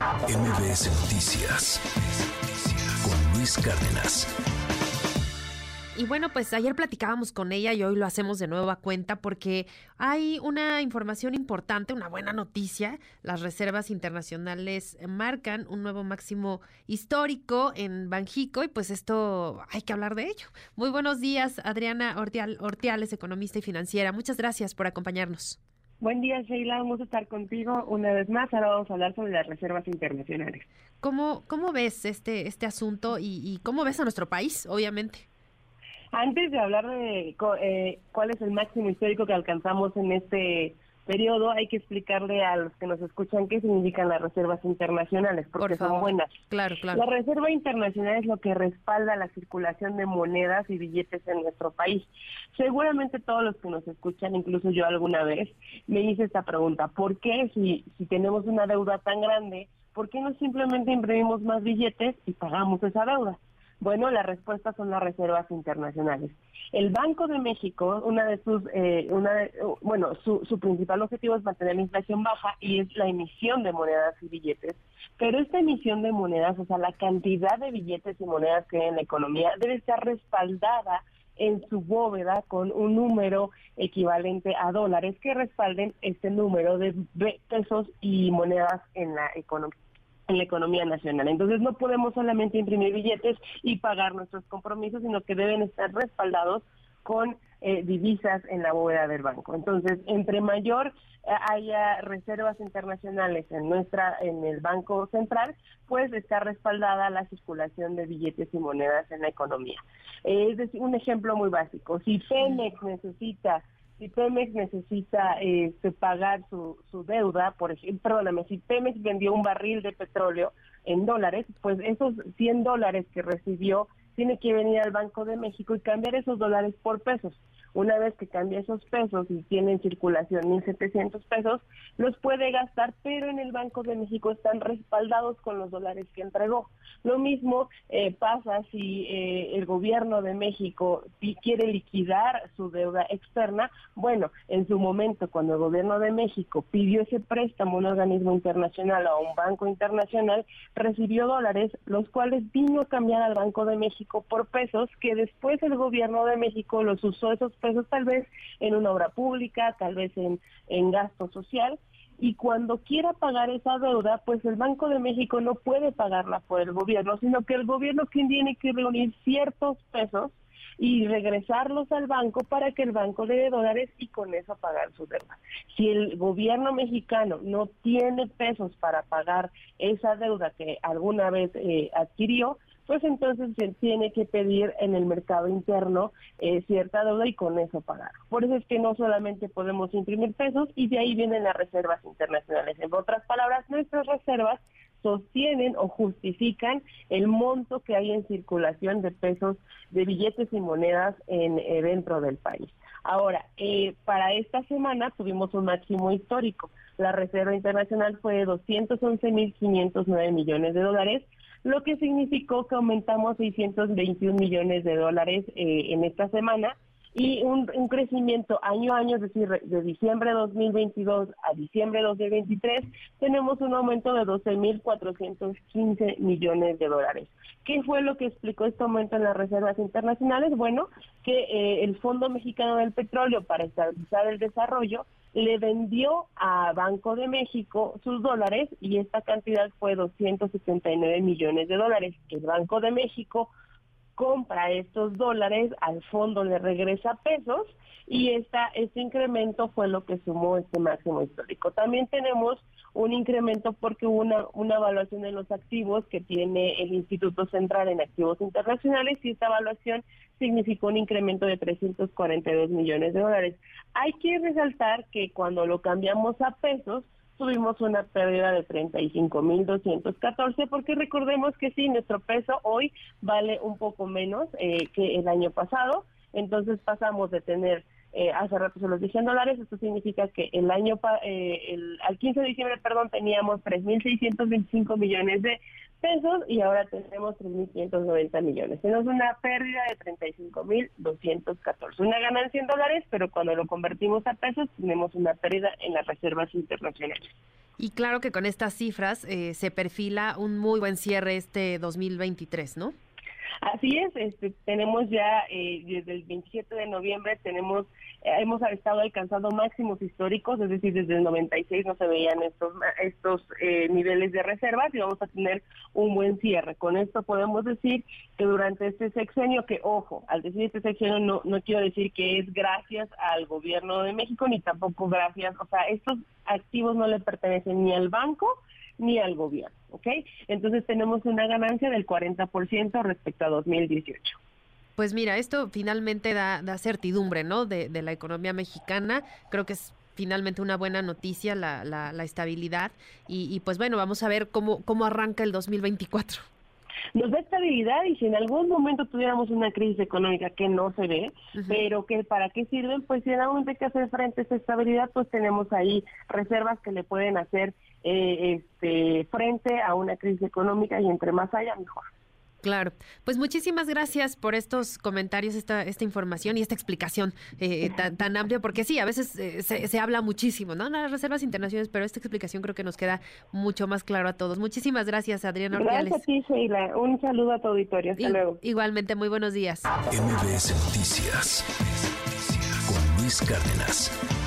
MBS Noticias con Luis Cárdenas. Y bueno, pues ayer platicábamos con ella y hoy lo hacemos de nuevo a cuenta porque hay una información importante, una buena noticia. Las reservas internacionales marcan un nuevo máximo histórico en Banxico y pues esto hay que hablar de ello. Muy buenos días, Adriana Ortiales, economista y financiera. Muchas gracias por acompañarnos. Buen día, Sheila. Vamos a estar contigo una vez más. Ahora vamos a hablar sobre las reservas internacionales. ¿Cómo ves este asunto y cómo ves a nuestro país, obviamente? Antes de hablar de cuál es el máximo histórico que alcanzamos en este periodo, hay que explicarle a los que nos escuchan qué significan las reservas internacionales, porque son buenas. Claro. La reserva internacional es lo que respalda la circulación de monedas y billetes en nuestro país. Seguramente todos los que nos escuchan, incluso yo alguna vez, me hice esta pregunta: ¿por qué si tenemos una deuda tan grande, por qué no simplemente imprimimos más billetes y pagamos esa deuda? Bueno, la respuesta son las reservas internacionales. El Banco de México, su principal objetivo es mantener la inflación baja y es la emisión de monedas y billetes. Pero esta emisión de monedas, o sea, la cantidad de billetes y monedas que hay en la economía, debe estar respaldada en su bóveda con un número equivalente a dólares que respalden este número de pesos y monedas en la economía nacional. Entonces no podemos solamente imprimir billetes y pagar nuestros compromisos, sino que deben estar respaldados con divisas en la bóveda del banco. Entonces, entre mayor haya reservas internacionales en el Banco Central, pues está respaldada la circulación de billetes y monedas en la economía. Es decir, un ejemplo muy básico: si Pemex necesita pagar su deuda, por ejemplo, si Pemex vendió un barril de petróleo en dólares, pues esos $100 que recibió tiene que venir al Banco de México y cambiar esos dólares por pesos. Una vez que cambia esos pesos y tiene en circulación 1,700 pesos, los puede gastar, pero en el Banco de México están respaldados con los dólares que entregó. Lo mismo pasa si el gobierno de México quiere liquidar su deuda externa. Bueno, en su momento, cuando el gobierno de México pidió ese préstamo a un organismo internacional o a un banco internacional, recibió dólares, los cuales vino a cambiar al Banco de México por pesos, que después el gobierno de México los usó esos pesos tal vez en una obra pública, tal vez en gasto social, y cuando quiera pagar esa deuda, pues el Banco de México no puede pagarla por el gobierno, sino que el gobierno quien tiene que reunir ciertos pesos y regresarlos al banco para que el banco le dé dólares y con eso pagar su deuda. Si el gobierno mexicano no tiene pesos para pagar esa deuda que alguna vez adquirió, pues entonces se tiene que pedir en el mercado interno cierta deuda y con eso pagar. Por eso es que no solamente podemos imprimir pesos y de ahí vienen las reservas internacionales. En otras palabras, nuestras reservas sostienen o justifican el monto que hay en circulación de pesos, de billetes y monedas dentro del país. Ahora, para esta semana tuvimos un máximo histórico. La reserva internacional fue de $211,509 millones, lo que significó que aumentamos $621 millones en esta semana y un crecimiento año a año, es decir, de diciembre de 2022 a diciembre de 2023, tenemos un aumento de $12,415 millones. ¿Qué fue lo que explicó este aumento en las reservas internacionales? Bueno, que el Fondo Mexicano del Petróleo, para estabilizar el desarrollo, le vendió a Banco de México sus dólares y esta cantidad fue $279 millones. El Banco de México compra estos dólares, al fondo le regresa pesos y este incremento fue lo que sumó este máximo histórico. También tenemos un incremento porque hubo una evaluación de los activos que tiene el Instituto Central en Activos Internacionales y esta evaluación significó un incremento de $342 millones. Hay que resaltar que cuando lo cambiamos a pesos, tuvimos una pérdida de 35,214, porque recordemos que sí, nuestro peso hoy vale un poco menos que el año pasado, entonces pasamos de tener, hace rato se los dije en dólares, esto significa que al 15 de diciembre, teníamos 3,625 millones pesos y ahora tenemos 3.590 millones. Tenemos una pérdida de 35.214. Una ganancia en dólares, pero cuando lo convertimos a pesos tenemos una pérdida en las reservas internacionales. Y claro que con estas cifras se perfila un muy buen cierre este 2023, ¿no? Así es, tenemos ya desde el 27 de noviembre hemos estado alcanzando máximos históricos, es decir, desde el 96 no se veían estos niveles de reservas y vamos a tener un buen cierre. Con esto podemos decir que durante este sexenio, que ojo, al decir este sexenio no quiero decir que es gracias al gobierno de México ni tampoco gracias, o sea, estos activos no le pertenecen ni al banco ni al gobierno, ¿ok? Entonces tenemos una ganancia del 40% respecto a 2018. Pues mira, esto finalmente da certidumbre, ¿no? De la economía mexicana. Creo que es finalmente una buena noticia la estabilidad y pues bueno, vamos a ver cómo arranca el 2024. Nos da estabilidad y si en algún momento tuviéramos una crisis económica que no se ve, pero que ¿para qué sirven? Pues si en algún momento hay que hacer frente a esta estabilidad, pues tenemos ahí reservas que le pueden hacer frente a una crisis económica y entre más haya, mejor. Claro, pues muchísimas gracias por estos comentarios, esta información y esta explicación tan amplia, porque sí, a veces se habla muchísimo, ¿no? Las reservas internacionales, pero esta explicación creo que nos queda mucho más claro a todos. Muchísimas gracias, Adriana Ordiales. Gracias a ti, Sheila. Un saludo a tu auditorio. Hasta luego. Igualmente, muy buenos días. MBS Noticias con Luis Cárdenas.